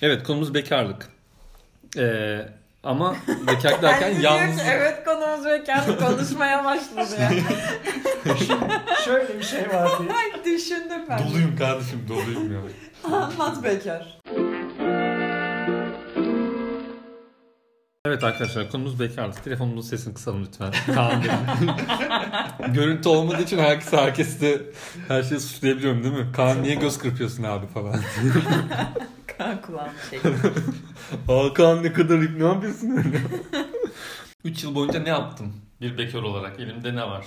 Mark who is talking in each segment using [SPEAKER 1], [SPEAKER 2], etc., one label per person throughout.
[SPEAKER 1] Evet, konumuz bekarlık. Ama bekarlık derken yalnız...
[SPEAKER 2] Evet, konumuz bekarlık, konuşmaya başladı ya.
[SPEAKER 3] Şöyle bir şey var diye.
[SPEAKER 2] Ay, düşündüm ben.
[SPEAKER 1] Doluyum kardeşim, doluyum ya.
[SPEAKER 2] Anlat bekar.
[SPEAKER 1] Evet arkadaşlar, konumuz bekarlık. Telefonumuzun sesini kısalım lütfen. Kaan görüntü olmadığı için herkeste her şeyi suçlayabiliyorum değil mi? Kaan niye göz kırpıyorsun abi falan.
[SPEAKER 2] Kaan kulağını çekti.
[SPEAKER 1] Kaan ne kadar ip, ne yapıyorsun? 3 yıl boyunca ne yaptım bir bekar olarak? Elimde ne var?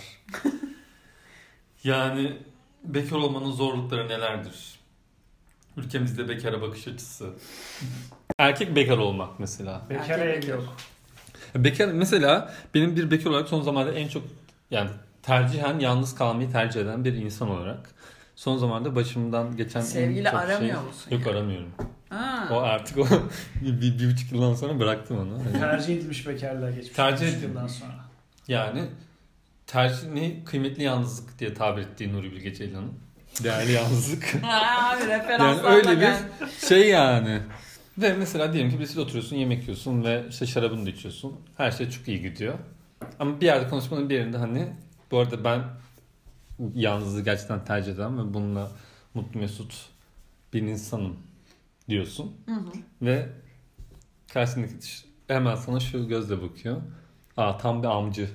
[SPEAKER 1] Yani bekar olmanın zorlukları nelerdir? Ülkemizde bekara bakış açısı. Erkek bekar olmak mesela.
[SPEAKER 3] Bekar ev yok.
[SPEAKER 1] Bekar mesela, benim bir bekar olarak son zamanlarda en çok yani tercihen yalnız kalmayı tercih eden bir insan olarak son zamanlarda başımdan geçen
[SPEAKER 2] sevgili
[SPEAKER 1] en çok
[SPEAKER 2] aramıyor musun?
[SPEAKER 1] Yok,
[SPEAKER 2] yani?
[SPEAKER 1] aramıyorum.
[SPEAKER 2] Ha.
[SPEAKER 1] O artık bir buçuk yıldan sonra bıraktım onu. Yani,
[SPEAKER 3] Tercih edilmiş bekarlığa geçmiş.
[SPEAKER 1] Tercih
[SPEAKER 3] edilmiş yıldan sonra.
[SPEAKER 1] yani tercihini kıymetli yalnızlık diye tabir ettiği Nuri Bilge Ceylan'ın. Değerli yalnızlık.
[SPEAKER 2] Abi referanslarla
[SPEAKER 1] Yani öyle
[SPEAKER 2] gel.
[SPEAKER 1] bir şey yani. Ve mesela diyelim ki birisiyle oturuyorsun, yemek yiyorsun ve işte şarabını da içiyorsun. Her şey çok iyi gidiyor. Ama bir yerde konuşmanın bir yerinde hani bu arada ben yalnızlığı gerçekten tercih eden ve bununla mutlu mesut bir insanım diyorsun.
[SPEAKER 2] Hı hı.
[SPEAKER 1] Ve karşındaki kişi hemen sana şu gözle bakıyor. Aa, tam bir amcı.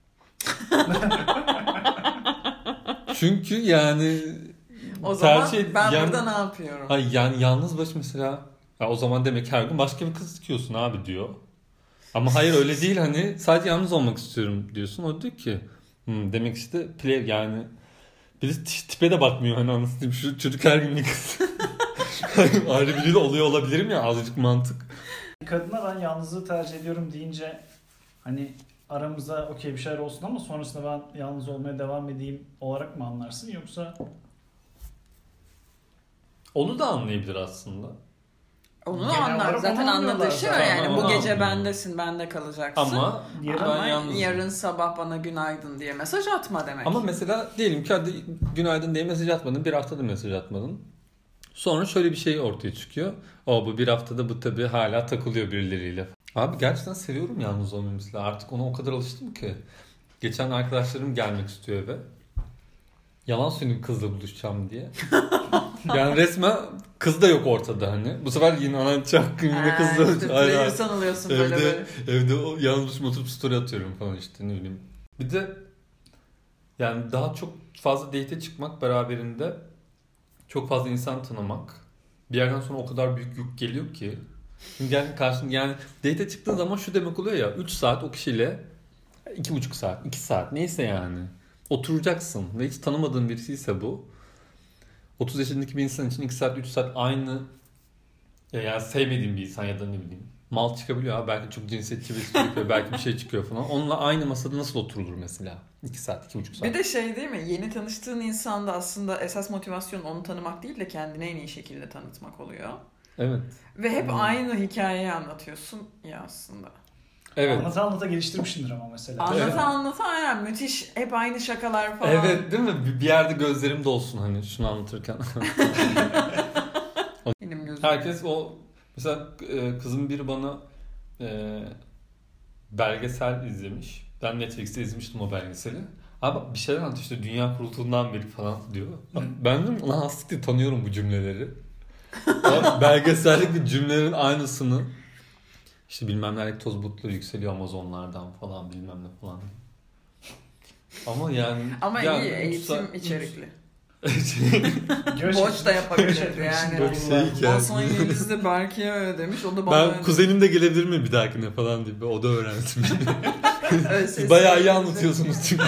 [SPEAKER 1] Çünkü yani
[SPEAKER 2] O zaman
[SPEAKER 1] tercih-
[SPEAKER 2] ben
[SPEAKER 1] yani-
[SPEAKER 2] burada ne yapıyorum?
[SPEAKER 1] Ay yani yalnız baş mesela, ya o zaman demek her gün başka bir kız istiyorsun abi diyor. Ama hayır öyle değil, hani sadece yalnız olmak istiyorum diyorsun. O diyor ki demek işte play yani birisi tipe de bakmıyor, hani anlatayım, şu çocuk her gün bir kız. Ayrı biriyle oluyor olabilirim ya, azıcık mantık.
[SPEAKER 3] Kadına ben yalnızlığı tercih ediyorum deyince hani aramızda okey bir şeyler olsun ama sonrasında ben yalnız olmaya devam edeyim olarak mı anlarsın, yoksa
[SPEAKER 1] Onu da anlayabilir aslında.
[SPEAKER 2] Onu
[SPEAKER 3] Genel
[SPEAKER 2] anlar.
[SPEAKER 3] olarak
[SPEAKER 2] Zaten
[SPEAKER 3] onu anlıyorlar
[SPEAKER 2] anlatışıyor
[SPEAKER 3] zaten.
[SPEAKER 2] yani.
[SPEAKER 1] Onu
[SPEAKER 2] Bu gece
[SPEAKER 1] anlıyor.
[SPEAKER 2] bendesin, bende kalacaksın.
[SPEAKER 1] Ama
[SPEAKER 3] Yarın
[SPEAKER 1] ben yalnızım.
[SPEAKER 2] yarın sabah bana günaydın diye mesaj atma demek.
[SPEAKER 1] Ama mesela diyelim ki hadi günaydın diye mesaj atmadın, bir haftada mesaj atmadın. Sonra şöyle bir şey ortaya çıkıyor. Bu bir haftada bu tabii hala takılıyor birileriyle. Abi gerçekten seviyorum yalnız olmayı mesela. Artık ona o kadar alıştım ki. Geçen arkadaşlarım gelmek istiyor eve. Yalan söyleyeyim kızla buluşacağım diye. Yani resmen kız da yok ortada hani. Bu sefer yine anlatacak, yine kızla.
[SPEAKER 2] İşte player sanılıyorsun böyle böyle.
[SPEAKER 1] Evde yalnız oturup story atıyorum falan işte, ne bileyim. Bir de yani daha çok fazla date'e çıkmak beraberinde çok fazla insan tanımak bir yerden sonra o kadar büyük yük geliyor ki. Şimdi yani date'e çıktığın zaman şu demek oluyor ya, 3 saat o kişiyle 2,5 saat, 2 saat neyse yani oturacaksın ve hiç tanımadığın birisiyse bu. 30 yaşındaki bir insan için 2 saat 3 saat aynı yani sevmediğim bir insan ya da ne bileyim mal çıkabiliyor abi, belki çok cinsiyetçi birisi çıkıyor, belki bir şey çıkıyor falan. Onunla aynı masada nasıl oturulur mesela? 2 saat, 2,5 saat.
[SPEAKER 2] Bir de şey değil mi? Yeni tanıştığın insanda aslında esas motivasyon onu tanımak değil de kendini en iyi şekilde tanıtmak oluyor.
[SPEAKER 1] Evet.
[SPEAKER 2] Ve hep aynı hikayeyi anlatıyorsun ya aslında.
[SPEAKER 1] Evet.
[SPEAKER 3] anlata anlata geliştirmişsindir ama mesela.
[SPEAKER 2] Anlata aynen müthiş. Hep aynı şakalar falan.
[SPEAKER 1] Evet değil mi? Bir yerde gözlerim dolsun hani şunu anlatırken.
[SPEAKER 2] Benim gözüm.
[SPEAKER 1] Herkes o mesela kızım biri bana belgesel izlemiş. Ben Netflix'te izlemiştim o belgeseli. Abi bir şeyler anlatıyor işte, dünya kurulduğundan beri falan diyor. Ben dedim lan aslında tanıyorum bu cümleleri. Belgeseldeki cümlelerin aynısını işte bilmem neredeki toz bulutları yükseliyor Amazonlardan falan bilmem ne falan. Ama yani
[SPEAKER 2] Ama
[SPEAKER 1] yani
[SPEAKER 2] iyi eğitim içerikli.
[SPEAKER 3] Göç
[SPEAKER 2] Boş da yapabilirdi
[SPEAKER 3] etmek için
[SPEAKER 2] yani.
[SPEAKER 3] böyle
[SPEAKER 1] Şey hikaye.
[SPEAKER 2] Bosman Yeliz'i Berke'ye öyle demiş. O da bana
[SPEAKER 1] Ben
[SPEAKER 2] öyle
[SPEAKER 1] kuzenim de gelebilir mi bir dahakine falan diye. O da öğrensin.
[SPEAKER 2] demiş.
[SPEAKER 1] Siz bayağı iyi anlatıyorsunuz çünkü.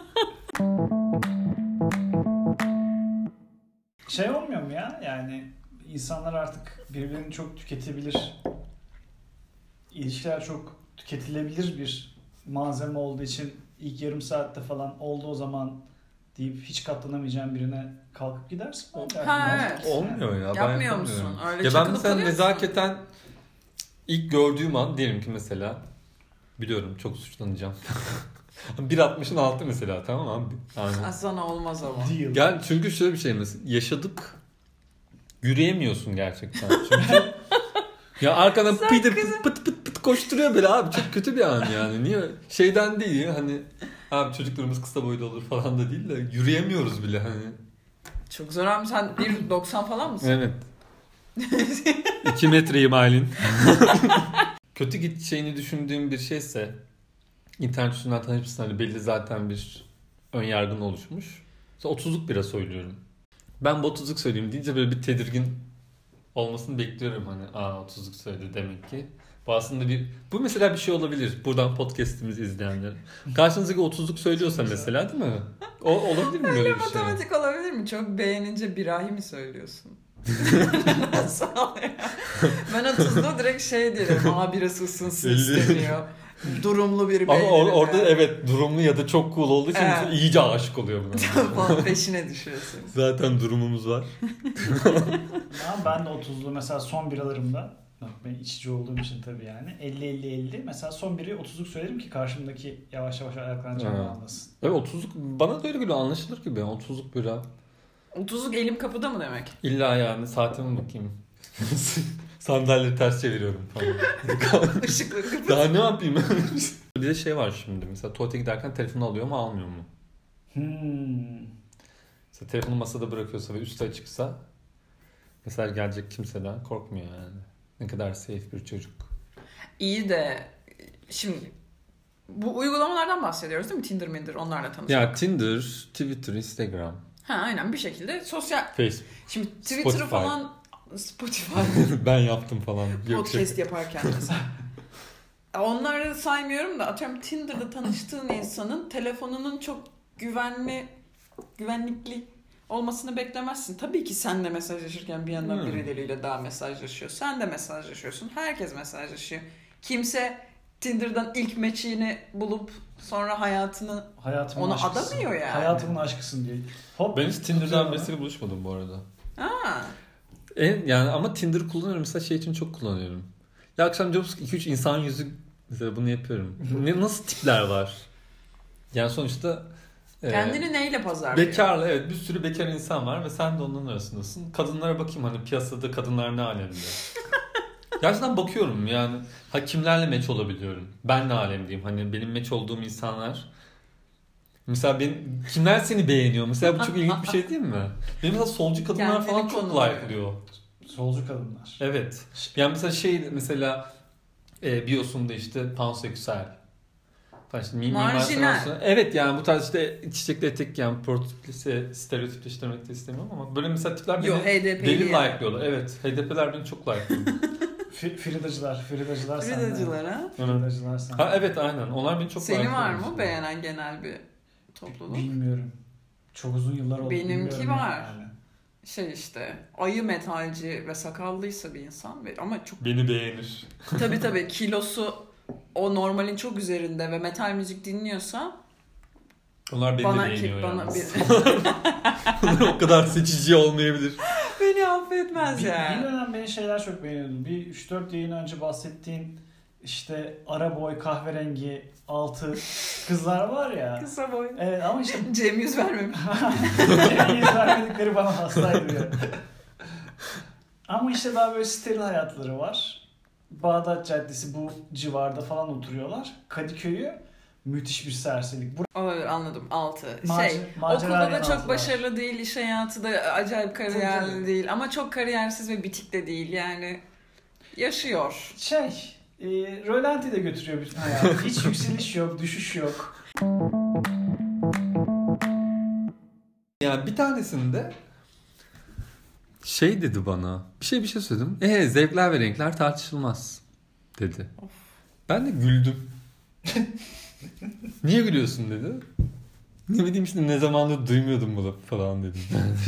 [SPEAKER 3] Şey olmuyor mu ya? Yani insanlar artık birbirini çok tüketebilir. İlişkiler çok tüketilebilir bir malzeme olduğu için ilk yarım saatte falan oldu o zaman deyip hiç katlanamayacağın birine kalkıp gidersin.
[SPEAKER 2] Ha, evet.
[SPEAKER 1] Olmuyor ya. Ben
[SPEAKER 2] Yapmıyor musun?
[SPEAKER 1] yapamıyorum.
[SPEAKER 2] Öyle
[SPEAKER 1] Ya ben
[SPEAKER 2] çakılıp
[SPEAKER 1] mesela
[SPEAKER 2] kalıyorsun.
[SPEAKER 1] nezaketen ilk gördüğüm an diyelim ki mesela biliyorum çok suçlanacağım. 1.60'ın altı mesela, tamam abi. Aynen.
[SPEAKER 2] Sana olmaz ama.
[SPEAKER 3] Deal.
[SPEAKER 1] Gel çünkü şöyle bir şey mesela yaşadık. Yürüyemiyorsun gerçekten. Çünkü Ya arkadan
[SPEAKER 2] Sen
[SPEAKER 1] pıt
[SPEAKER 2] kızım.
[SPEAKER 1] pıt pıt pıt koşturuyor böyle abi. Çok kötü bir an yani. Niye? Şeyden değil ya hani abi çocuklarımız kısa boylu olur falan da değil de yürüyemiyoruz bile hani.
[SPEAKER 2] Çok zor abi, sen 1.90 falan mısın?
[SPEAKER 1] Evet. 2 metreyim Aylin. Kötü gideceğini düşündüğüm bir şeyse internet üstünden tanışmışsın hani belli zaten bir ön yargın oluşmuş. Mesela 30'luk bira söylüyorum. Ben bu 30'luk söyleyeyim deyince böyle bir tedirgin olmasını bekliyorum hani. 30'luk söyledi demek ki. Bu aslında bu mesela bir şey olabilir. Buradan podcast'imizi izleyenler. Karşınızdaki 30'luk söylüyorsa mesela değil mi? O olabilir mi böyle
[SPEAKER 2] Öyle
[SPEAKER 1] bir şey?
[SPEAKER 2] matematik olabilir mi? Çok beğenince birahi mi söylüyorsun? Nasıl oluyor? Ben 30'da direkt şey derim. Birası ısınsın isteniyor. Durumlu bir
[SPEAKER 1] Ama
[SPEAKER 2] beğenirim.
[SPEAKER 1] orada evet durumlu ya da çok cool olduğu için
[SPEAKER 2] Evet.
[SPEAKER 1] iyice aşık oluyor buna.
[SPEAKER 2] Peşine düşüyorsunuz.
[SPEAKER 1] Zaten durumumuz var.
[SPEAKER 3] Ben de 30'lu mesela son biralarımda, ben içici olduğum için tabii yani 50-50-50 mesela son biri 30'luk söylerim ki karşımdaki yavaş yavaş ayaklanacağını anlasın.
[SPEAKER 1] Evet 30'luk bana da öyle geliyor, anlaşılır gibi. 30'luk bira.
[SPEAKER 2] 30'luk elim kapıda mı demek?
[SPEAKER 1] İlla yani saatime bakayım. Sandalyeyi ters çeviriyorum falan.
[SPEAKER 2] Işıkları kapat.
[SPEAKER 1] Daha ne yapayım? Bir de şey var şimdi mesela tuvalete giderken telefonu alıyor mu almıyor mu? Mesela telefonu masada bırakıyorsa ve üstü açıksa mesaj gelecek kimseden korkmuyor yani. Ne kadar safe bir çocuk.
[SPEAKER 2] İyi de şimdi bu uygulamalardan bahsediyoruz değil mi? Tinder, Minder onlarla tanışmak.
[SPEAKER 1] Ya Tinder, Twitter, Instagram,
[SPEAKER 2] Aynen bir şekilde sosyal.
[SPEAKER 1] Facebook.
[SPEAKER 2] Şimdi Twitter'ı
[SPEAKER 1] Spotify.
[SPEAKER 2] falan Spotify
[SPEAKER 1] Ben yaptım falan.
[SPEAKER 2] podcast yaparken mesela. Onları saymıyorum da atıyorum Tinder'da tanıştığın insanın telefonunun çok güvenlikli olmasını beklemezsin. Tabii ki sen de mesajlaşırken bir yandan birileriyle daha mesajlaşıyor. Sen de mesajlaşıyorsun. Herkes mesajlaşıyor. Kimse Tinder'dan ilk match'ini bulup sonra hayatını ona adamıyor yani.
[SPEAKER 3] Hayatımın aşkısın diye. Hop.
[SPEAKER 1] Ben hiç Tinder'dan birisiyle buluşmadım bu arada.
[SPEAKER 2] Aa.
[SPEAKER 1] Yani ama Tinder kullanıyorum mesela şey için çok kullanıyorum. Ya akşam diyoruz ki 2-3 insan yüzü mesela bunu yapıyorum. Nasıl tipler var? Yani sonuçta
[SPEAKER 2] Kendini neyle pazarlıyor?
[SPEAKER 1] bekarlı, evet, bir sürü bekar insan var ve sen de onların arasındasın. Kadınlara bakayım hani piyasada kadınlar ne alemde. Gerçekten bakıyorum yani kimlerle match olabiliyorum. Ben ne alemdeyim hani benim match olduğum insanlar. Mesela kimler seni beğeniyor? Mesela bu çok ilginç bir şey değil mi? Benim mesela solcu kadınlar
[SPEAKER 2] Kendini
[SPEAKER 1] falan çok
[SPEAKER 2] konumluyor.
[SPEAKER 1] like'lıyor.
[SPEAKER 3] Solcu kadınlar.
[SPEAKER 1] Evet. Yani mesela biosunda işte panseksüel. İşte
[SPEAKER 2] Marjinal.
[SPEAKER 1] Evet yani bu tarz işte çiçekli etek yani stereotipleştirmek de istemiyorum ama böyle mesela tipler beni deli like'lıyorlar. Evet. HDP'ler beni çok like'lıyor.
[SPEAKER 3] Fridacılar
[SPEAKER 2] Fridacılar ha?
[SPEAKER 3] Fridacılar sen.
[SPEAKER 1] Ha evet aynen. Onlar beni çok like'lıyor.
[SPEAKER 2] Senin var mı beğenen genel bir topluluk?
[SPEAKER 3] Bilmiyorum. Çok uzun yıllar oldu.
[SPEAKER 2] Benimki var.
[SPEAKER 3] Yani.
[SPEAKER 2] Şey işte ayı metalci ve sakallıysa bir insan ama çok
[SPEAKER 1] Beni beğenir.
[SPEAKER 2] tabii kilosu o normalin çok üzerinde ve metal müzik dinliyorsa
[SPEAKER 1] Onlar beni de beğeniyor
[SPEAKER 2] bana
[SPEAKER 1] yalnız. Onlar o kadar seçici olmayabilir.
[SPEAKER 2] beni affetmez ya.
[SPEAKER 3] Bir dönem beni şeyler çok beğeniyordum. Bir 3-4 yayın önce bahsettiğin işte ara boy kahverengi altı kızlar var ya.
[SPEAKER 2] Kısa boy.
[SPEAKER 3] Evet ama işte
[SPEAKER 2] Cem yüz vermemiş.
[SPEAKER 3] yüz vermedikleri bana hastaydı ya. Ama işte daha böyle steril hayatları var. Bağdat Caddesi bu civarda falan oturuyorlar. Kadıköy'ü müthiş bir serserilik.
[SPEAKER 2] Olabilir, anladım. 6.
[SPEAKER 3] Macera
[SPEAKER 2] Okulda da
[SPEAKER 3] yanı
[SPEAKER 2] çok
[SPEAKER 3] altı
[SPEAKER 2] başarılı değil, iş hayatı da acayip kariyerli
[SPEAKER 3] Tabii.
[SPEAKER 2] değil ama çok kariyersiz ve bitik de değil yani. Yaşıyor.
[SPEAKER 3] Rölanti de götürüyor bütün hayatı. Hiç yükseliş yok, düşüş yok.
[SPEAKER 1] Yani bir tanesinde şey dedi bana. Bir şey söyledim. Zevkler ve renkler tartışılmaz dedi.
[SPEAKER 2] Of.
[SPEAKER 1] Ben de güldüm. Niye gülüyorsun dedi. Ne bileyim işte ne zamandır duymuyordum bunu falan dedim.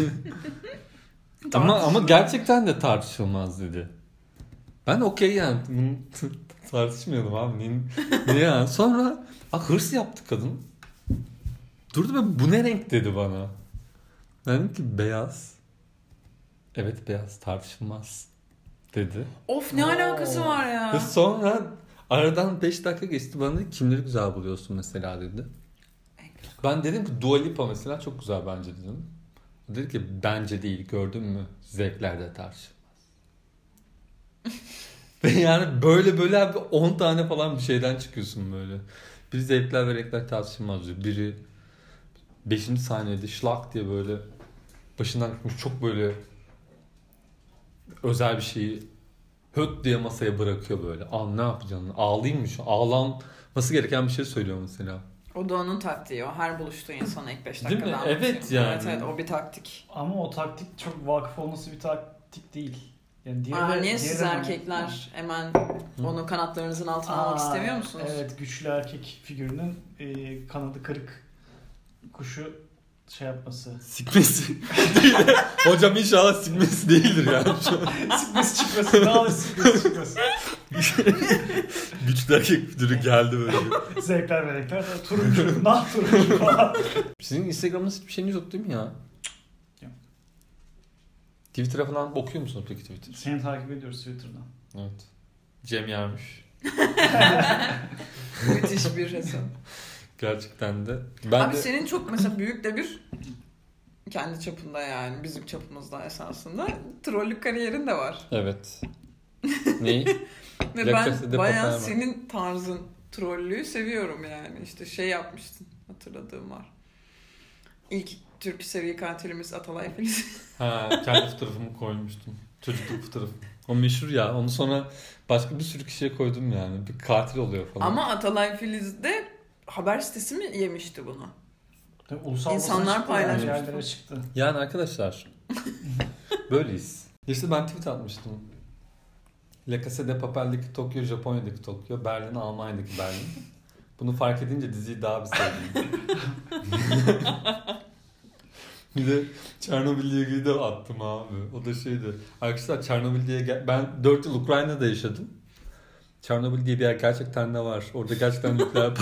[SPEAKER 1] ama gerçekten de tartışılmaz dedi. Ben okey yani bunu tartışmıyordum abi. Ne yani? Sonra hırs yaptı kadın. Durdu ve bu ne renk dedi bana. Ben dedim ki beyaz. Evet beyaz tartışılmaz dedi.
[SPEAKER 2] Of ne alakası var ya?
[SPEAKER 1] Ve sonra aradan 5 dakika geçti bana dedi kimleri güzel buluyorsun mesela dedi. Ben dedim ki Dua Lipa mesela çok güzel bence dedim. O dedi ki bence değil gördün mü zevklerde tartışılmaz. Ve yani böyle abi 10 tane falan bir şeyden çıkıyorsun böyle. Biri zevkler ve renkler tartışılmaz diyor. Biri 5. saniyede şlak diye böyle başından çıkmış çok böyle özel bir şeyi höt diye masaya bırakıyor böyle. Ne yapacaksın? Ağlayayım mı şu? Ağlanması gereken bir şey söylüyor mesela.
[SPEAKER 2] O da onun taktiği. O her buluştuğu insana ilk 5
[SPEAKER 1] Değil
[SPEAKER 2] dakikada
[SPEAKER 1] mi?
[SPEAKER 2] anlatıyor.
[SPEAKER 1] Evet yani.
[SPEAKER 2] Evet o bir taktik.
[SPEAKER 3] Ama o taktik çok vakıf olması bir taktik değil. Yani
[SPEAKER 2] Niye siz erkekler hemen onu kanatlarınızın altına almak istemiyor musunuz?
[SPEAKER 3] Evet, güçlü erkek figürünün kanadı kırık kuşu şey yapması.
[SPEAKER 1] Sikmesi. Hocam inşallah sikmesi değildir yani.
[SPEAKER 3] Sikmesi çıkması. Ne olur sikmesi çıkması.
[SPEAKER 1] Güçlü erkek müdürü geldi böyle.
[SPEAKER 3] Zevkler ve renkler. Turuncu. Nah turuncu falan.
[SPEAKER 1] Sizin Instagram'da hiçbir şeyiniz yok değil mi ya?
[SPEAKER 3] Yok.
[SPEAKER 1] Twitter'a falan okuyor musunuz peki Twitter?
[SPEAKER 3] Seni takip ediyoruz Twitter'dan.
[SPEAKER 1] Evet. Cem Yermiş.
[SPEAKER 2] Müthiş bir hesap.
[SPEAKER 1] Gerçekten de.
[SPEAKER 2] Abi senin çok mesela büyük de bir kendi çapında yani bizim çapımızda esasında trollük kariyerin de var.
[SPEAKER 1] Evet. Neyi?
[SPEAKER 2] Ve ben bayağı senin tarzın trollüğü seviyorum yani. İşte şey yapmıştın hatırladığım var. İlk Türk seri katilimiz Atalay Filiz.
[SPEAKER 1] Kendi fotoğrafımı koymuştum. Çocukluk fotoğrafı. O meşhur ya. Onu sonra başka bir sürü kişiye koydum yani. Bir katil oluyor falan.
[SPEAKER 2] Ama Atalay Filiz'de haber sitesi mi yemişti bunu?
[SPEAKER 3] Ulusal
[SPEAKER 2] İnsanlar paylaşmış.
[SPEAKER 3] Yerlere çıktı.
[SPEAKER 1] Yani arkadaşlar böyleyiz. İşte ben tweet atmıştım. La Casa de Papel'deki Tokyo, Japonya'daki Tokyo, Berlin, Almanya'daki Berlin. Bunu fark edince diziyi daha bir sevdim. Bir de Çernobil diye ilgili de attım abi. O da şeydi. Arkadaşlar Çernobil diye ben 4 yıl Ukrayna'da yaşadım. Çernobil diye bir yer gerçekten de var. Orada gerçekten nükleer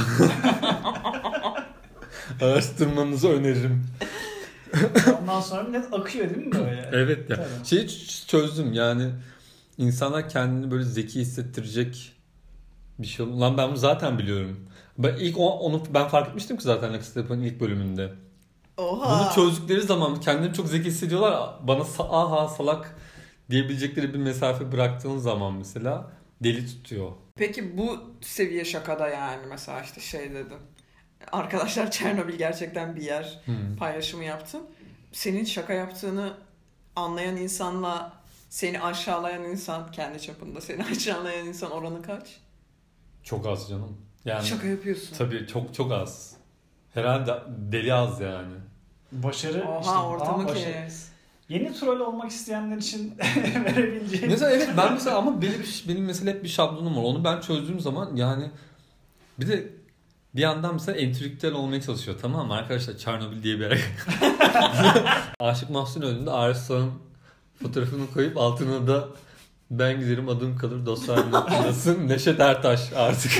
[SPEAKER 1] araştırmanızı öneririm.
[SPEAKER 3] Ondan sonra net akıyor değil mi böyle?
[SPEAKER 1] Evet ya.
[SPEAKER 3] Tabii.
[SPEAKER 1] Şeyi çözdüm yani insanlar kendini böyle zeki hissettirecek bir şey. Lan ben bunu zaten biliyorum. Ben ilk onu ben fark etmiştim ki zaten Lex Stephen'in ilk bölümünde.
[SPEAKER 2] Oha.
[SPEAKER 1] Bunu çözdükleri zaman kendileri çok zeki hissediyorlar. Bana aha salak diyebilecekleri bir mesafe bıraktığın zaman mesela deli tutuyor.
[SPEAKER 2] Peki bu seviye şakada yani mesela işte şey dedim. Arkadaşlar Çernobil gerçekten bir yer paylaşımı yaptın. Senin şaka yaptığını anlayan insanla seni aşağılayan insan kendi çapında seni aşağılayan insan oranı kaç?
[SPEAKER 1] Çok az canım. Yani
[SPEAKER 2] Şaka yapıyorsun.
[SPEAKER 1] tabii çok az. Herhalde deli az yani.
[SPEAKER 3] Başarı
[SPEAKER 2] Oha
[SPEAKER 3] işte.
[SPEAKER 2] ortamı
[SPEAKER 3] Başarı.
[SPEAKER 2] kes.
[SPEAKER 3] Yeni troll olmak isteyenler için verebileceğim.
[SPEAKER 1] Mesela evet ben mesela ama benim mesela hep bir şablonum var. Onu ben çözdüğüm zaman yani bir de bir yandan mesela entelektüel olmaya çalışıyor, tamam mı? Arkadaşlar Çernobil diye bir yer. Aşık Mahzun önünde Arslan'ın fotoğrafını koyup altına da ben giderim adım kalır dostlar nasılsın Neşet Ertaş artık.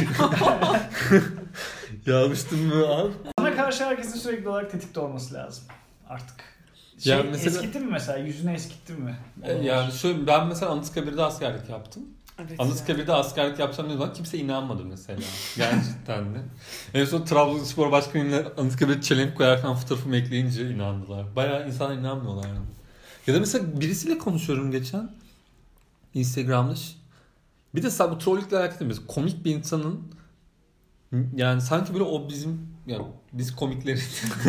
[SPEAKER 1] Yazmıştım mı abi?
[SPEAKER 3] Sana karşı herkesin sürekli olarak tetikte olması lazım artık.
[SPEAKER 1] Yani mesela-
[SPEAKER 3] Eskittin mi mesela? Yüzünü eskittin mi?
[SPEAKER 1] Yani şöyle ben mesela Anıtkabir'de askerlik yaptım.
[SPEAKER 2] Evet
[SPEAKER 1] Anıtkabir'de askerlik yapacağım ne zaman kimse inanmadı mesela. Gerçekten de. En son Trabzonspor Başkanı'yla Anıtkabir'e çelenk koyarken fotoğrafımı ekleyince inandılar. Bayağı insanlar inanmıyorlar yani. Ya da mesela birisiyle konuşuyorum geçen Instagram'da. Bir de bu trollükle alakalı mesela komik bir insanın yani sanki böyle o bizim yani biz komiklerin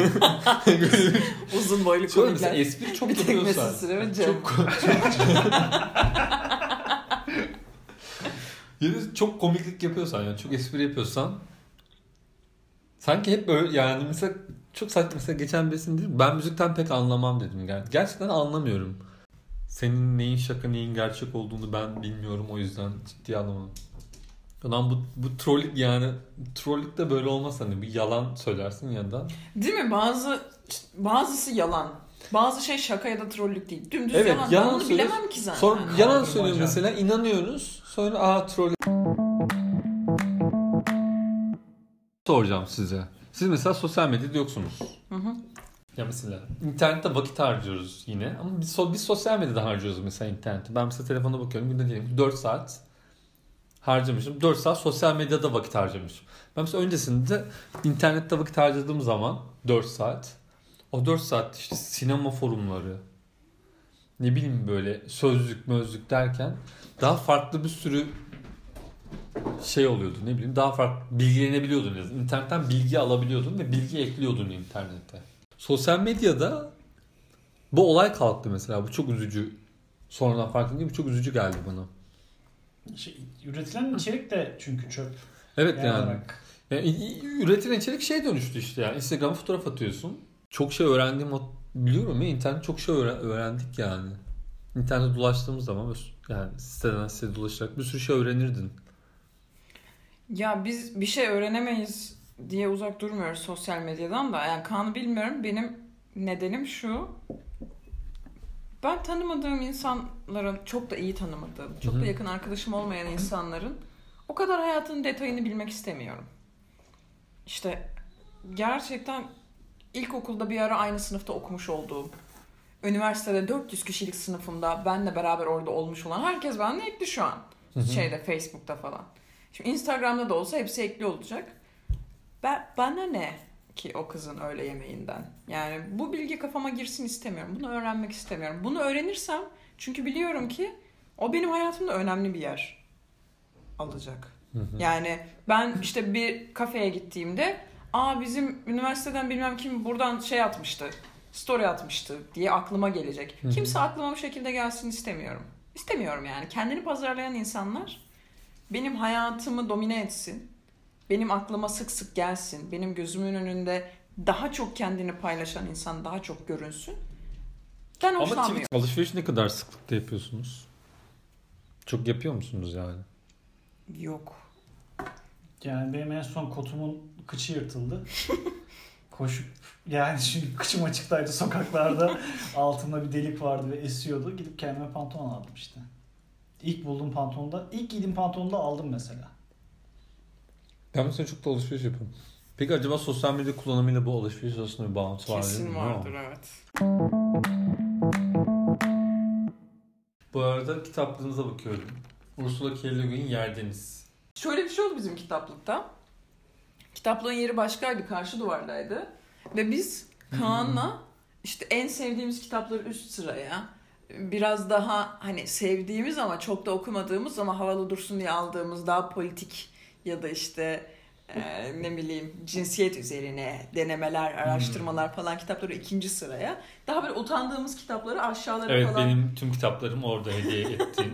[SPEAKER 2] uzun boylu
[SPEAKER 1] şöyle
[SPEAKER 2] komikler.
[SPEAKER 1] mesela espri çok
[SPEAKER 2] Bir tek
[SPEAKER 1] yapıyorsan
[SPEAKER 2] Mesut Süre ve Cem.
[SPEAKER 1] ya da çok komiklik yapıyorsan yani çok espri yapıyorsan sanki hep böyle yani mesela çok saçma mesela geçen birisinin dedi ben müzikten pek anlamam dedim yani. Gerçekten anlamıyorum. Senin neyin şaka neyin gerçek olduğunu ben bilmiyorum o yüzden ciddiye alamam. Lan bu trollük yani trollük de böyle olmaz hani bir yalan söylersin ya da.
[SPEAKER 2] Değil mi? Bazısı yalan. Bazı şey şaka ya da trollük değil. Dümdüz
[SPEAKER 1] Evet,
[SPEAKER 2] yalan.
[SPEAKER 1] yalan
[SPEAKER 2] Ben bunu
[SPEAKER 1] söylüyorsun.
[SPEAKER 2] bilemem ki zaten.
[SPEAKER 1] Sonra yalan
[SPEAKER 3] Kaldırmaca.
[SPEAKER 1] söylüyor mesela inanıyoruz. Sonra troll. Soracağım size. Siz mesela sosyal medyada yoksunuz.
[SPEAKER 2] Hı hı.
[SPEAKER 1] Ya mesela internette vakit harcıyoruz yine ama biz sosyal medyada harcıyoruz mesela interneti. Ben mesela telefona bakıyorum günde diyelim ki 4 saat harcamışım. 4 saat sosyal medyada vakit harcamışım. Ben mesela öncesinde internette vakit harcadığım zaman 4 saat o 4 saat işte sinema forumları ne bileyim böyle sözlük derken daha farklı bir sürü şey oluyordu, ne bileyim, daha farklı bilgilenebiliyordun. İnternetten bilgi alabiliyordun ve bilgi ekliyordun internete. Sosyal medyada bu olay kalktı mesela. Bu çok üzücü. Sonradan fark edince bu çok üzücü geldi bana.
[SPEAKER 3] Üretilen içerik de çünkü çöp.
[SPEAKER 1] Evet
[SPEAKER 3] Yani
[SPEAKER 1] yani. Üretilen içerik dönüştü işte yani. Instagram'a fotoğraf atıyorsun. Çok şey öğrendim biliyorum ya. İnternet çok şey öğrendik yani. İnternette dolaştığımız zaman yani siteden siteye dolaşarak bir sürü şey öğrenirdin.
[SPEAKER 2] Ya biz bir şey öğrenemeyiz diye uzak durmuyoruz sosyal medyadan da. Yani Kaan'ı bilmiyorum. Benim nedenim şu. Ben tanımadığım insanların, çok da iyi tanımadığım, çok da yakın arkadaşım olmayan insanların o kadar hayatının detayını bilmek istemiyorum. İşte gerçekten ilkokulda bir ara aynı sınıfta okumuş olduğum, üniversitede 400 kişilik sınıfımda benle beraber orada olmuş olan herkes benimle ekli şu an. Facebook'ta falan. Şimdi Instagram'da da olsa hepsi ekli olacak. Bana ne ki o kızın öyle yemeğinden? Yani bu bilgi kafama girsin istemiyorum. Bunu öğrenmek istemiyorum. Bunu öğrenirsem çünkü biliyorum ki o benim hayatımda önemli bir yer alacak. Yani ben işte bir kafeye gittiğimde bizim üniversiteden bilmem kim buradan şey atmıştı, story atmıştı diye aklıma gelecek. Kimse aklıma bu şekilde gelsin istemiyorum. İstemiyorum yani. Kendini pazarlayan insanlar benim hayatımı domine etsin. Benim aklıma sık sık gelsin. Benim gözümün önünde daha çok kendini paylaşan insan daha çok görünsün. Ben hoşlanmıyorum.
[SPEAKER 1] Ama alışveriş ne kadar sıklıkta yapıyorsunuz? Çok yapıyor musunuz yani?
[SPEAKER 2] Yok.
[SPEAKER 3] Yani benim en son kotumun kıçı yırtıldı. Koşup yani çünkü kıçım açıktaydı sokaklarda. Altımda bir delik vardı ve esiyordu. Gidip kendime pantolon aldım işte. İlk giydiğim pantolonu da aldım mesela.
[SPEAKER 1] Ben mesela çok da alışveriş yapıyorum. Peki acaba sosyal medya kullanımıyla bu alışveriş arasında bir bağıntı var
[SPEAKER 2] Kesin
[SPEAKER 1] değil mi?
[SPEAKER 2] vardır, evet.
[SPEAKER 1] Bu arada kitaplığınıza bakıyorum. Ursula K. Le Guin Yerdeniz.
[SPEAKER 2] Şöyle bir şey oldu bizim kitaplıkta. Kitaplığın yeri başkaydı, karşı duvardaydı. Ve biz Kaan'la işte en sevdiğimiz kitapları üst sıraya, biraz daha hani sevdiğimiz ama çok da okumadığımız ama havalı dursun diye aldığımız daha politik ya da işte ne bileyim cinsiyet üzerine denemeler, araştırmalar falan kitapları ikinci sıraya. Daha böyle utandığımız kitapları aşağılara
[SPEAKER 1] evet,
[SPEAKER 2] falan.
[SPEAKER 1] Evet, benim tüm kitaplarım orada hediye ettiğim.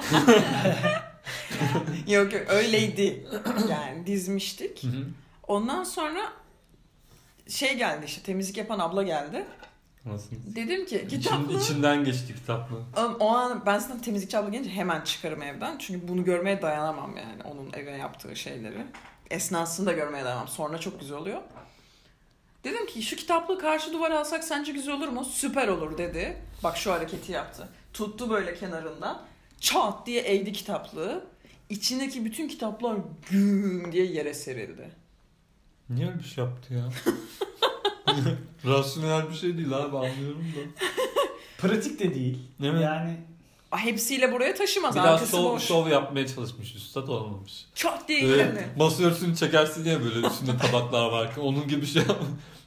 [SPEAKER 2] Yok öyleydi. Yani dizmiştik. Ondan sonra şey geldi işte, temizlik yapan abla geldi.
[SPEAKER 1] Nasıl?
[SPEAKER 2] Dedim ki kitaplığı...
[SPEAKER 1] İçinden geçti kitaplığı.
[SPEAKER 2] O an ben zaten temizlikçi abla gelince hemen çıkarım evden. Çünkü bunu görmeye dayanamam yani, onun eve yaptığı şeyleri. Esnasını da görmeye dayanamam. Sonra çok güzel oluyor. Dedim ki şu kitaplığı karşı duvara alsak sence güzel olur mu? Süper olur dedi. Bak şu hareketi yaptı. Tuttu böyle kenarından. Çat diye eğdi kitaplığı. İçindeki bütün kitaplar güm diye yere serildi.
[SPEAKER 1] Niye öyle bir şey yaptı ya? Rasyonel bir şey değil abi, anlıyorum da.
[SPEAKER 3] Pratik de değil.
[SPEAKER 1] Değil mi?
[SPEAKER 3] Yani
[SPEAKER 2] hepsiyle buraya taşımaz.
[SPEAKER 1] Biraz şov yapmaya çalışmış. Üstad olmamış.
[SPEAKER 2] Çat diye
[SPEAKER 1] böyle
[SPEAKER 2] yerine.
[SPEAKER 1] masa örtüsünü çekersin ya böyle üstünde tabaklar varken. Onun gibi şey yapma.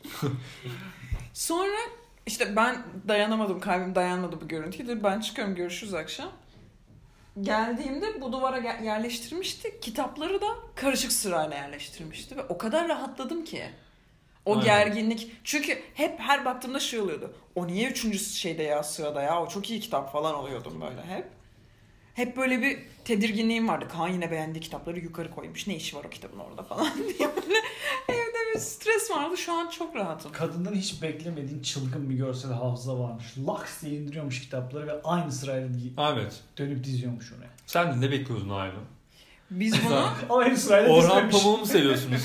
[SPEAKER 2] Sonra işte ben dayanamadım. Kalbim dayanmadı bu görüntüye. Ben çıkıyorum, görüşürüz akşam. Geldiğimde bu duvara yerleştirmişti. Kitapları da karışık sırayla yerleştirmişti. Ve o kadar rahatladım ki. O
[SPEAKER 1] aynen.
[SPEAKER 2] Gerginlik. Çünkü hep her baktığımda şey oluyordu. O niye üçüncü şeyde ya, sırada ya? O çok iyi kitap falan oluyordum böyle hep. Hep böyle bir tedirginliğim vardı. Kaan yine beğendiği kitapları yukarı koymuş. Ne işi var o kitabın orada falan diye böyle evde bir stres vardı. Şu an çok rahatım.
[SPEAKER 3] Kadından hiç beklemediğin çılgın bir görsel hafıza varmış. Laks diye indiriyormuş kitapları ve aynı sırayla
[SPEAKER 1] evet.
[SPEAKER 3] dönüp diziyormuş oraya.
[SPEAKER 1] Sen de ne bekliyorsun Aylin?
[SPEAKER 2] Biz bunu...
[SPEAKER 3] Aynı sırayla
[SPEAKER 1] Orhan
[SPEAKER 3] dizmemiş.
[SPEAKER 1] Pamuk'u mu seviyorsunuz?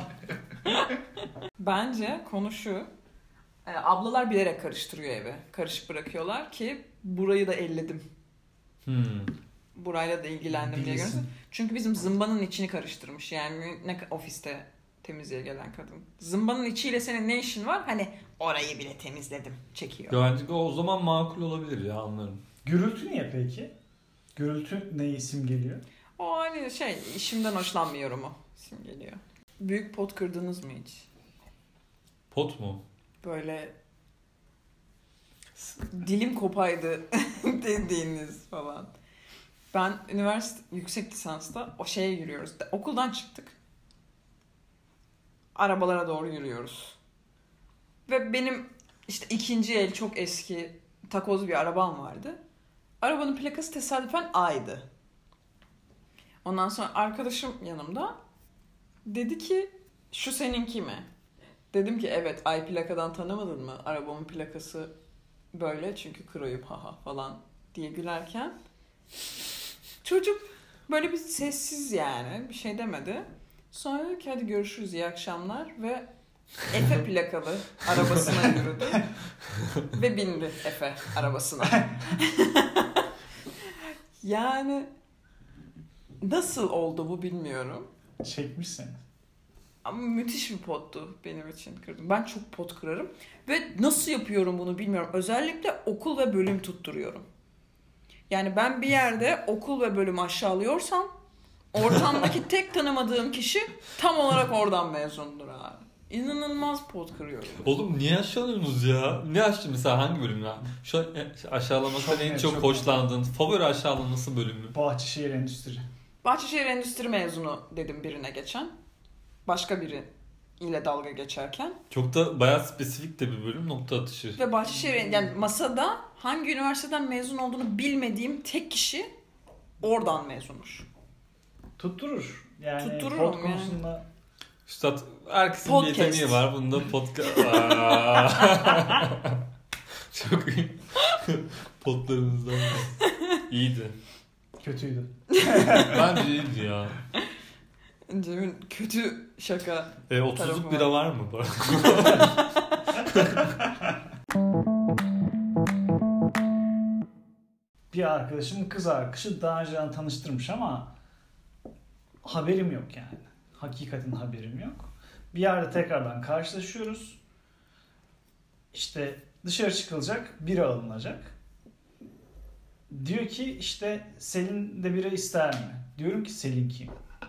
[SPEAKER 2] Bence konu şu. Ablalar bilerek karıştırıyor evi. Karışık bırakıyorlar ki burayı da elledim. Burayla da ilgilendim diye görürsün. Çünkü bizim zımbanın içini karıştırmış. Yani ne ofiste temizliğe gelen kadın. Zımbanın içiyle senin ne işin var? Hani orayı bile temizledim çekiyor.
[SPEAKER 1] Bence o zaman makul olabilir ya, anlarım.
[SPEAKER 3] Gürültü niye peki? Gürültü ne isim geliyor?
[SPEAKER 2] O hani işimden hoşlanmıyorum o isim geliyor. Büyük pot kırdınız mı hiç?
[SPEAKER 1] Pot mu?
[SPEAKER 2] Böyle dilim kopaydı dediğiniz falan. Ben yüksek lisansta o şeye yürüyoruz. Okuldan çıktık. Arabalara doğru yürüyoruz. Ve benim işte ikinci el çok eski takoz bir arabam vardı. Arabanın plakası tesadüfen A'ydı. Ondan sonra arkadaşım yanımda dedi ki şu seninki mi? Dedim ki evet, ay plakadan tanımadın mı? Arabamın plakası böyle çünkü kroyum haha falan diye gülerken çocuk böyle bir sessiz, yani bir şey demedi. Sonra dedi ki hadi görüşürüz, iyi akşamlar ve Efe plakalı arabasına yürüdü ve bindi Efe arabasına. Yani nasıl oldu bu bilmiyorum.
[SPEAKER 3] Çekmişsin.
[SPEAKER 2] Ama müthiş bir pottu benim için, kırdım. Ben çok pot kırarım ve nasıl yapıyorum bunu bilmiyorum. Özellikle okul ve bölüm tutturuyorum. Yani ben bir yerde okul ve bölüm aşağılıyorsam ortamdaki tek tanımadığım kişi tam olarak oradan mezundur abi. İnanılmaz pot kırıyorum.
[SPEAKER 1] Oğlum niye aşağılıyorsunuz ya? Ne aşağı mesela, hangi bölüm ya? Şu aşağılamaktan en çok hoşlandığın favori aşağılaması bölümü?
[SPEAKER 3] Bahçeşehir Endüstri.
[SPEAKER 2] Bahçeşehir Endüstri mezunu dedim birine geçen. Başka biri ile dalga geçerken.
[SPEAKER 1] Çok da bayağı spesifik de bir bölüm, nokta atışı.
[SPEAKER 2] Ve Bahçeşehir, yani masada hangi üniversiteden mezun olduğunu bilmediğim tek kişi oradan mezunmuş.
[SPEAKER 3] Tutturur. Yani
[SPEAKER 2] Tuttururum
[SPEAKER 3] pot
[SPEAKER 2] yani.
[SPEAKER 3] konusunda.
[SPEAKER 1] Üstad, herkesin
[SPEAKER 2] Podcast.
[SPEAKER 1] bir yeteneği var. Bunda podcast... Çok iyi. Potlarımızdan iyiydi.
[SPEAKER 3] Kötüydü.
[SPEAKER 1] Bence iyiydi ya.
[SPEAKER 2] Cem'in kötü şaka.
[SPEAKER 1] 30'luk bira var mı?
[SPEAKER 3] Bir arkadaşımın kız arkadaşı daha önceden tanıştırmış ama haberim yok yani. Hakikaten haberim yok. Bir yerde tekrardan karşılaşıyoruz. İşte dışarı çıkılacak, bira alınacak. Diyor ki işte Selin de bira ister mi? Diyorum ki Selin kim?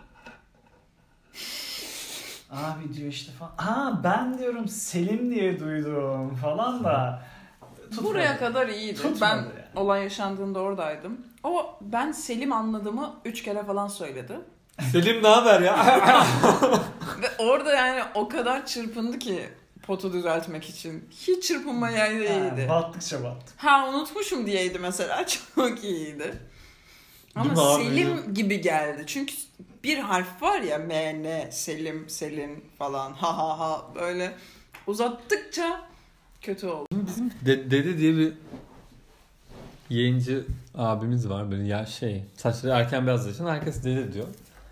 [SPEAKER 3] Abi diyor işte falan. Ben diyorum Selim diye duydum falan da. Tutmadı.
[SPEAKER 2] Buraya kadar iyiydi.
[SPEAKER 3] Tutmadı
[SPEAKER 2] Ben
[SPEAKER 3] yani.
[SPEAKER 2] olay yaşandığında oradaydım. Ben Selim anladığımı 3 kere falan söyledi.
[SPEAKER 1] Selim ne haber ya?
[SPEAKER 2] Ve orada yani o kadar çırpındı ki potu düzeltmek için. Hiç çırpınmaya değildi.
[SPEAKER 3] Battıkça battık.
[SPEAKER 2] Unutmuşum diyeydi mesela. Çok iyiydi. Ama
[SPEAKER 1] Değil mi abi?
[SPEAKER 2] Selim gibi geldi. Çünkü bir harf var ya, M, N, Selim, Selin falan. Ha böyle uzattıkça kötü oldu.
[SPEAKER 1] Bizim Dede diye bir yayıncı abimiz var, böyle ya saçları erken beyazlaşan, herkes Dede diyor.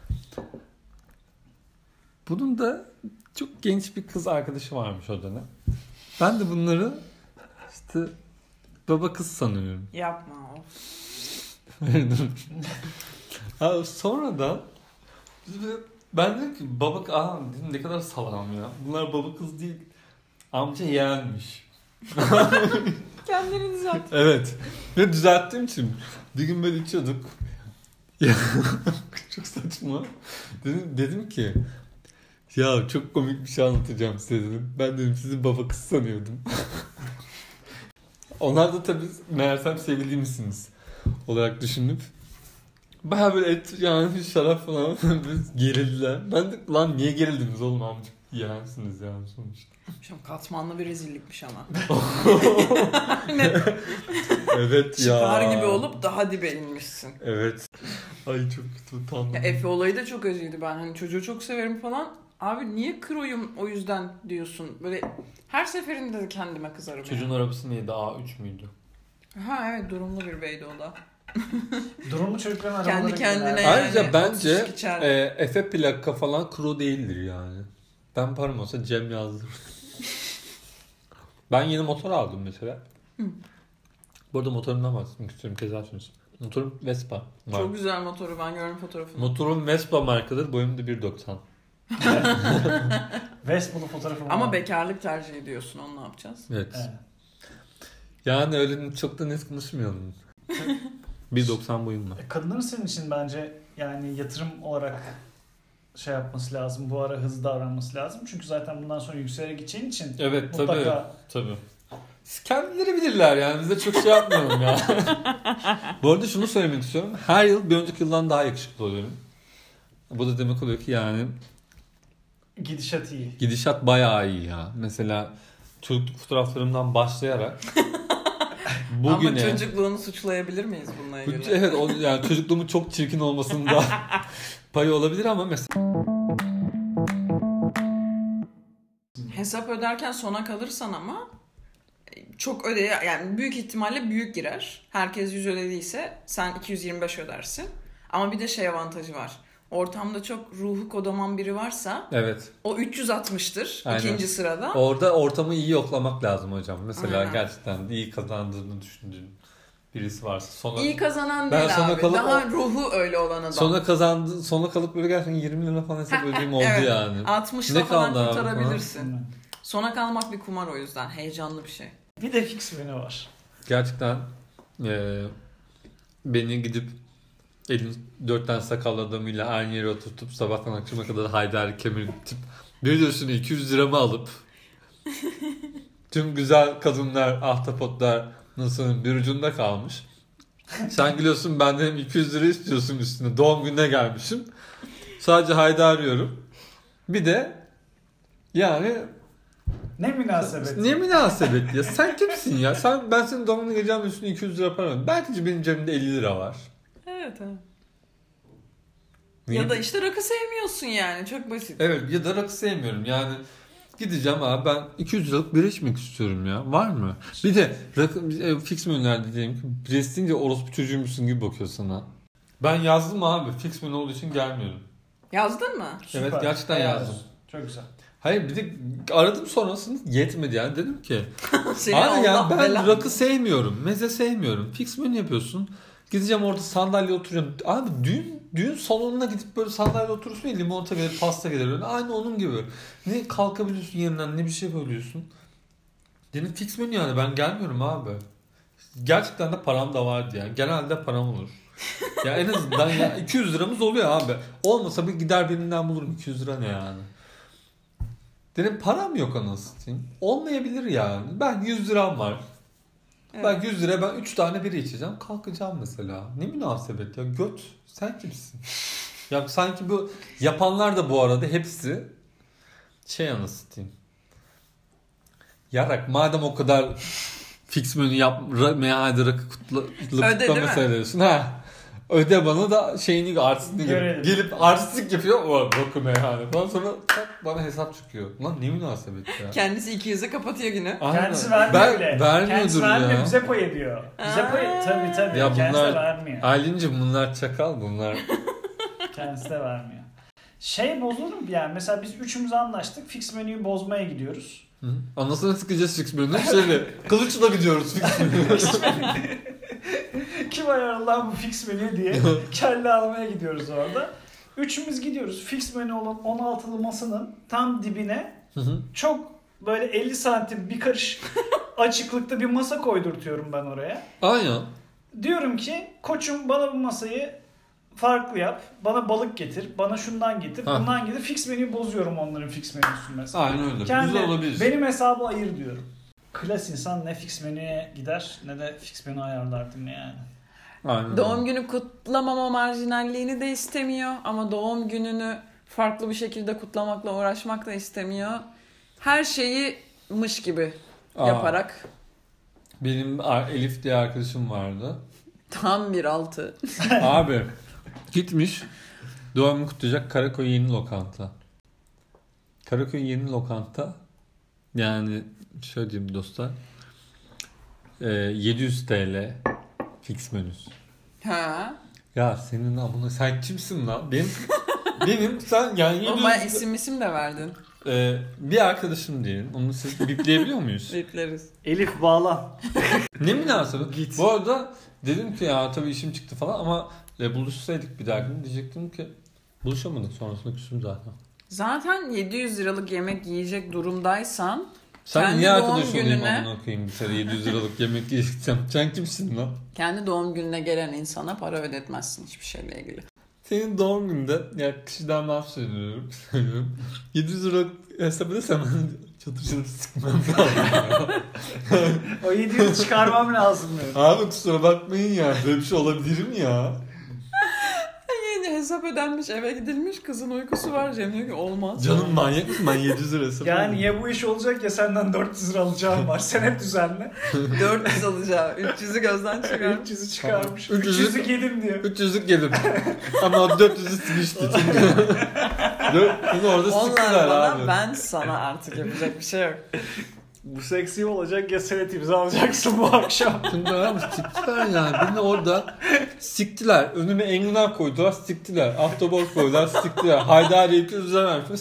[SPEAKER 1] Bunun da çok genç bir kız arkadaşı varmış o dönem. Ben de bunları işte baba kız sanıyorum.
[SPEAKER 2] Yapma.
[SPEAKER 1] Sonradan ben dedim ki baba, dedim ne kadar salam ya. Bunlar baba kız değil, amca yeğenmiş.
[SPEAKER 2] Kendini düzelt.
[SPEAKER 1] Evet. Ve düzelttiğim için bir gün böyle içiyorduk. Ya, çok saçma. Dedim ki ya çok komik bir şey anlatacağım size dedim. Ben dedim sizi baba kız sanıyordum. Onlar da tabii meğersem sevgiliymişsiniz olarak düşünüp baya böyle yani şarap falan gerildiler. Ben de lan niye gerildiniz oğlum, amcık yeğensiniz yani sonuçta.
[SPEAKER 2] Katmanlı bir rezillikmiş ama.
[SPEAKER 1] Evet ya.
[SPEAKER 2] Çıkar gibi olup daha dibe inmişsin.
[SPEAKER 1] Evet. Ay çok kötü utandım.
[SPEAKER 2] Ya Efe olayı da çok acıydı. Ben hani çocuğu çok severim falan. Abi niye kroyum o yüzden diyorsun. Böyle her seferinde de kendime kızarım.
[SPEAKER 1] Çocuğun arabası neydi? A3 müydü?
[SPEAKER 2] Evet, durumlu bir beydi o da.
[SPEAKER 3] Durumlu çocukların
[SPEAKER 2] Kendi
[SPEAKER 3] arabaları
[SPEAKER 2] kendine
[SPEAKER 3] genelde.
[SPEAKER 2] yani.
[SPEAKER 1] Ayrıca bence
[SPEAKER 2] 32 çarp.
[SPEAKER 1] Efe plaka falan kro değildir yani. Ben param olsa Cem yazdım. Ben yeni motor aldım mesela. Bu arada motorumdan bahsetmek istiyorum, kezarsınız. Motorum Vespa.
[SPEAKER 2] Çok güzel motoru, ben gördüm fotoğrafını.
[SPEAKER 1] Motorum Vespa markadır. Boyum da 1.90.
[SPEAKER 3] Vespa'lı fotoğrafı var.
[SPEAKER 2] Ama bekarlık tercih ediyorsun, onu ne yapacağız?
[SPEAKER 1] Evet.
[SPEAKER 3] Evet.
[SPEAKER 1] Yani öyle çok da net konuşmayalım. 1.90 boyum var.
[SPEAKER 3] Kadınların senin için bence yani yatırım olarak şey yapması lazım. Bu ara hızlı davranması lazım. Çünkü zaten bundan sonra yükselerek gideceğin için
[SPEAKER 1] Evet
[SPEAKER 3] mutlaka
[SPEAKER 1] tabii. Kendileri bilirler yani. Biz de çok şey yapmayalım ya. Bu arada şunu söylemek istiyorum. Her yıl bir önceki yıldan daha yakışıklı oluyorum. Bu da demek oluyor ki yani
[SPEAKER 3] Gidişat iyi.
[SPEAKER 1] gidişat bayağı iyi ya. Mesela çocukluk fotoğraflarımdan başlayarak bugüne...
[SPEAKER 2] Ama çocukluğunu suçlayabilir miyiz bununla ilgili?
[SPEAKER 1] Evet, yani çocukluğumun çok çirkin olmasında payı olabilir ama mesela...
[SPEAKER 2] Hesap öderken sona kalırsan ama çok yani büyük ihtimalle büyük girer. Herkes 100 ödediyse sen 225 ödersin. Ama bir de şey avantajı var. Ortamda çok ruhu kodaman biri varsa
[SPEAKER 1] Evet.
[SPEAKER 2] o 360'tır
[SPEAKER 1] Aynen.
[SPEAKER 2] ikinci sırada.
[SPEAKER 1] Orada ortamı iyi yoklamak lazım hocam. Mesela
[SPEAKER 2] Aynen.
[SPEAKER 1] gerçekten iyi kazandığını düşündüğün birisi varsa. Sonra,
[SPEAKER 2] İyi kazanan
[SPEAKER 1] ben
[SPEAKER 2] değil
[SPEAKER 1] sona
[SPEAKER 2] abi.
[SPEAKER 1] kalıp
[SPEAKER 2] Daha ruhu öyle olan adam.
[SPEAKER 1] Sona kalıp böyle gerçekten 20 lira falan hesap ödediğim oldu
[SPEAKER 2] evet.
[SPEAKER 1] yani.
[SPEAKER 2] 60'la
[SPEAKER 1] Ne
[SPEAKER 2] falan
[SPEAKER 1] kaldı abi
[SPEAKER 2] kurtarabilirsin. Sona kalmak bir kumar o yüzden. Heyecanlı bir şey.
[SPEAKER 3] Bir de fix menü var.
[SPEAKER 1] Gerçekten beni gidip elin 4 tane sakallı adamıyla aynı yere oturtup sabahtan akşama kadar Haydari kemirtip bir de üstüne 200 liramı alıp tüm güzel kadınlar, ahtapotlar nasıl bir ucunda kalmış. Sen gülüyorsun, benden 200 lira istiyorsun üstüne. Doğum gününe gelmişim. Sadece Haydari arıyorum. Bir de yani
[SPEAKER 3] Ne münasebet.
[SPEAKER 1] ne münasebet ya. Sen kimsin ya? Ben senin doğum gününe geleceğim üstüne 200 lira para verdim. Belki benim cebimde 50 lira var.
[SPEAKER 2] Evet.
[SPEAKER 1] Niye?
[SPEAKER 2] Ya da işte rakı sevmiyorsun yani. Çok basit.
[SPEAKER 1] Evet, ya da rakı sevmiyorum yani. Gideceğim abi, ben 200 liralık bira içmek istiyorum ya. Var mı? Bir de rakı, fix menülerde diyelim ki bira deyince orospu çocuğuymuşsun gibi bakıyor sana. Ben yazdım abi. Fix menü olduğu için gelmiyorum.
[SPEAKER 2] Yazdın mı?
[SPEAKER 3] Süper.
[SPEAKER 1] Evet, gerçekten
[SPEAKER 3] Helal
[SPEAKER 1] yazdım.
[SPEAKER 3] olsun. Çok güzel.
[SPEAKER 1] Hayır, bir de aradım sonrasında yetmedi yani. Dedim ki
[SPEAKER 2] Seni
[SPEAKER 1] abi yani
[SPEAKER 2] Allah
[SPEAKER 1] ben
[SPEAKER 2] belanı.
[SPEAKER 1] rakı sevmiyorum. Meze sevmiyorum. Fix menü yapıyorsun. Gideceğim orada sandalye oturuyorum. Abi düğün salonuna gidip böyle sandalye oturursun ya, limonata gelir, pasta gelir. Öyle. Aynı onun gibi. Ne kalkabiliyorsun yerinden, ne bir şey yapabiliyorsun. Dedim fix menü yani, ben gelmiyorum abi. Gerçekten de param da vardı yani. Genelde param olur. Ya en azından ya 200 liramız oluyor abi. Olmasa bir gider birinden bulurum, 200 lira ne yani. Dedim param yok anasını satayım. Olmayabilir yani. Ben 100 liram var.
[SPEAKER 2] Evet.
[SPEAKER 1] Ben 100 liraya ben 3 tane biri içeceğim. Kalkacağım mesela. Ne münasebet ya. Göt. Sen kimsin? Ya sanki bu yapanlar da bu arada hepsi şey anasını satayım. Yarak madem o kadar fix menü hadi rakı
[SPEAKER 2] Öde, değil mi?
[SPEAKER 1] söylüyorsun. Ha. Öde bana da şeyini artistini
[SPEAKER 3] Görelim.
[SPEAKER 1] gelip artistlik yapıyor. O rakı meyhane falan, sonra bana hesap çıkıyor. Lan ne münasebet ya.
[SPEAKER 2] Kendisi 200'e kapatıyor günü.
[SPEAKER 1] Aynen.
[SPEAKER 3] Kendisi vermiyor bile.
[SPEAKER 1] Vermiyordur
[SPEAKER 3] Kendisi vermiyor,
[SPEAKER 1] ya.
[SPEAKER 3] bize pay ediyor. Bize pay tabii.
[SPEAKER 1] Ya
[SPEAKER 3] Kendisi
[SPEAKER 1] bunlar
[SPEAKER 3] de vermiyor.
[SPEAKER 1] Aylin'cim bunlar çakal bunlar.
[SPEAKER 3] Kendisi de vermiyor. Şey bozulur mu yani? Mesela biz üçümüz anlaştık. Fix menüyü bozmaya gidiyoruz.
[SPEAKER 1] Anlasana sıkacağız fix menü. Şöyle kılıçla gidiyoruz fix menü.
[SPEAKER 3] Kim ayarlar lan bu fix menü diye kelle almaya gidiyoruz orada. Üçümüz gidiyoruz. Fix menü olan 16'lı masanın tam dibine çok böyle 50 santim bir karış açıklıkta bir masa koydurtuyorum ben oraya.
[SPEAKER 1] Aynen.
[SPEAKER 3] Diyorum ki koçum bana bu masayı farklı yap. Bana balık getir. Bana şundan getir.
[SPEAKER 1] Ha.
[SPEAKER 3] Bundan getir. Fix menüyü bozuyorum onların fix menüsünü mesela.
[SPEAKER 1] Aynen öyle.
[SPEAKER 3] Kendi,
[SPEAKER 1] Güzel olabilir.
[SPEAKER 3] benim hesabı ayır diyorum. Klas insan ne fix menüye gider ne de fix menü ayarlar değil mi yani?
[SPEAKER 1] Aynen.
[SPEAKER 2] Doğum günü kutlamama marjinalliğini de istemiyor ama doğum gününü farklı bir şekilde kutlamakla uğraşmak da istemiyor. Her şeyi mış gibi yaparak.
[SPEAKER 1] Benim Elif diye arkadaşım vardı.
[SPEAKER 2] Tam bir altı.
[SPEAKER 1] Abi gitmiş doğum günü kutlayacak Karaköy Yeni Lokanta. Karaköy Yeni Lokanta yani şöyle diyeyim dostlar, 700 TL fix menüsü.
[SPEAKER 2] Ha.
[SPEAKER 1] Ya senin amına sen kimsin lan? Benim sen yani
[SPEAKER 2] Ama
[SPEAKER 1] 700
[SPEAKER 2] isim de verdin.
[SPEAKER 1] bir arkadaşım diyelim. Onu siz bipleyebiliyor muyuz?
[SPEAKER 2] Bipleriz.
[SPEAKER 3] Elif bağlan.
[SPEAKER 1] Ne münasebet.
[SPEAKER 3] Git.
[SPEAKER 1] Bu arada dedim ki ya tabii işim çıktı falan ama buluşsaydık bir dahakine diyecektim ki buluşamadık, sonrasında küstüm zaten.
[SPEAKER 2] Zaten 700 liralık yemek yiyecek durumdaysan
[SPEAKER 1] Sen
[SPEAKER 2] kendi
[SPEAKER 1] niye
[SPEAKER 2] doğum
[SPEAKER 1] arkadaş olayım
[SPEAKER 2] gününe-
[SPEAKER 1] amına koyayım bir kere 700 liralık yemek yiyeceğim. Sen kimsin lan?
[SPEAKER 2] kendi doğum gününe gelen insana para ödetmezsin hiçbir şeyle ilgili.
[SPEAKER 1] Senin doğum gününde ya kişiden bahsediyorum. 700 liralık hesap edersem çatır çatır sıkmam lazım.
[SPEAKER 3] O 700 çıkarmam lazım benim.
[SPEAKER 1] Abi kusura bakmayın ya. Böyle bir şey olabilir mi ya?
[SPEAKER 2] Yani hesap ödenmiş, eve gidilmiş, kızın uykusu var. Cem diyor ki olmaz.
[SPEAKER 1] Canım manyak mısın? Ben 700 lira hesap
[SPEAKER 3] Yani ya bu iş olacak ya senden 400 lira alacağım var. Sen hep düzenle.
[SPEAKER 2] 400 alacağım. 300'ü gözden çıkar.
[SPEAKER 3] 300'ü çıkarmış.
[SPEAKER 1] 300'ü
[SPEAKER 3] 300'ü yedim diyor.
[SPEAKER 1] 300'lük yedim. Ama 400'ü sıkıştı çünkü. Bunu orada sıktılar
[SPEAKER 2] Onlar bana,
[SPEAKER 1] abi.
[SPEAKER 2] ben sana, artık yapacak bir şey yok.
[SPEAKER 3] Bu seksi olacak ya senet imzalayacaksın bu akşam.
[SPEAKER 1] Şimdi abi siktiler yani. Beni orada siktiler. Önüme enginar koydular, siktiler. Ahtapot koydular, siktiler. Haydari ipi üzerine vermiş.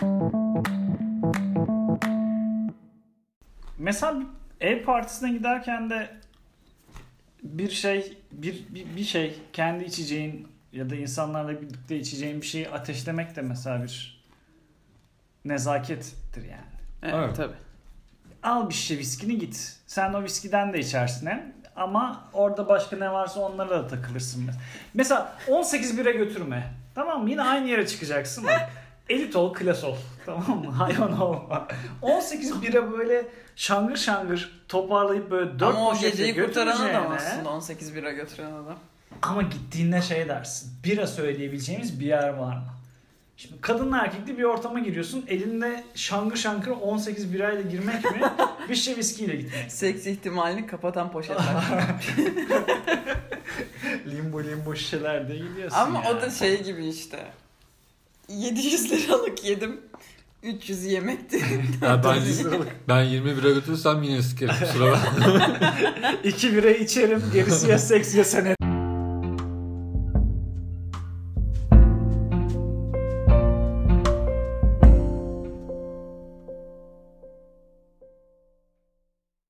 [SPEAKER 3] Mesela ev partisine giderken de bir şey kendi içeceğin ya da insanlarla birlikte içeceğin bir şeyi ateşlemek de mesela bir nezakettir yani.
[SPEAKER 2] Evet, tabii.
[SPEAKER 3] Al bir şişe viskini git. Sen o viskiden de içersin hem. Ama orada başka ne varsa onlara da takılırsın. Mesela 18 bira götürme. Tamam mı? Yine aynı yere çıkacaksın. Elit ol, klas ol. Tamam mı? Hayvan olma. 18 bira böyle şangır şangır toparlayıp böyle 4
[SPEAKER 2] ama o
[SPEAKER 3] poşetle
[SPEAKER 2] geceyi kurtaran adam
[SPEAKER 3] götüreceğine.
[SPEAKER 2] aslında 18 bira götüren adam.
[SPEAKER 3] Ama gittiğinde şey dersin. Bira söyleyebileceğimiz bir yer var mı? Şimdi kadınla erkekli bir ortama giriyorsun. Elinde şangır şangır 18 birayla girmek mi? Bir şişe viskiyle gitmek.
[SPEAKER 2] Seks ihtimalini kapatan poşetler.
[SPEAKER 3] limbo şişeler de gidiyorsun
[SPEAKER 2] Ama
[SPEAKER 3] ya.
[SPEAKER 2] o da şey gibi işte. 700 liralık yedim. 300 yemekti.
[SPEAKER 1] Ya ben 20 bira götürürsem yine sikerim. Kusura bakma.
[SPEAKER 3] 2 bira içerim. Gerisi ya seks ya senet.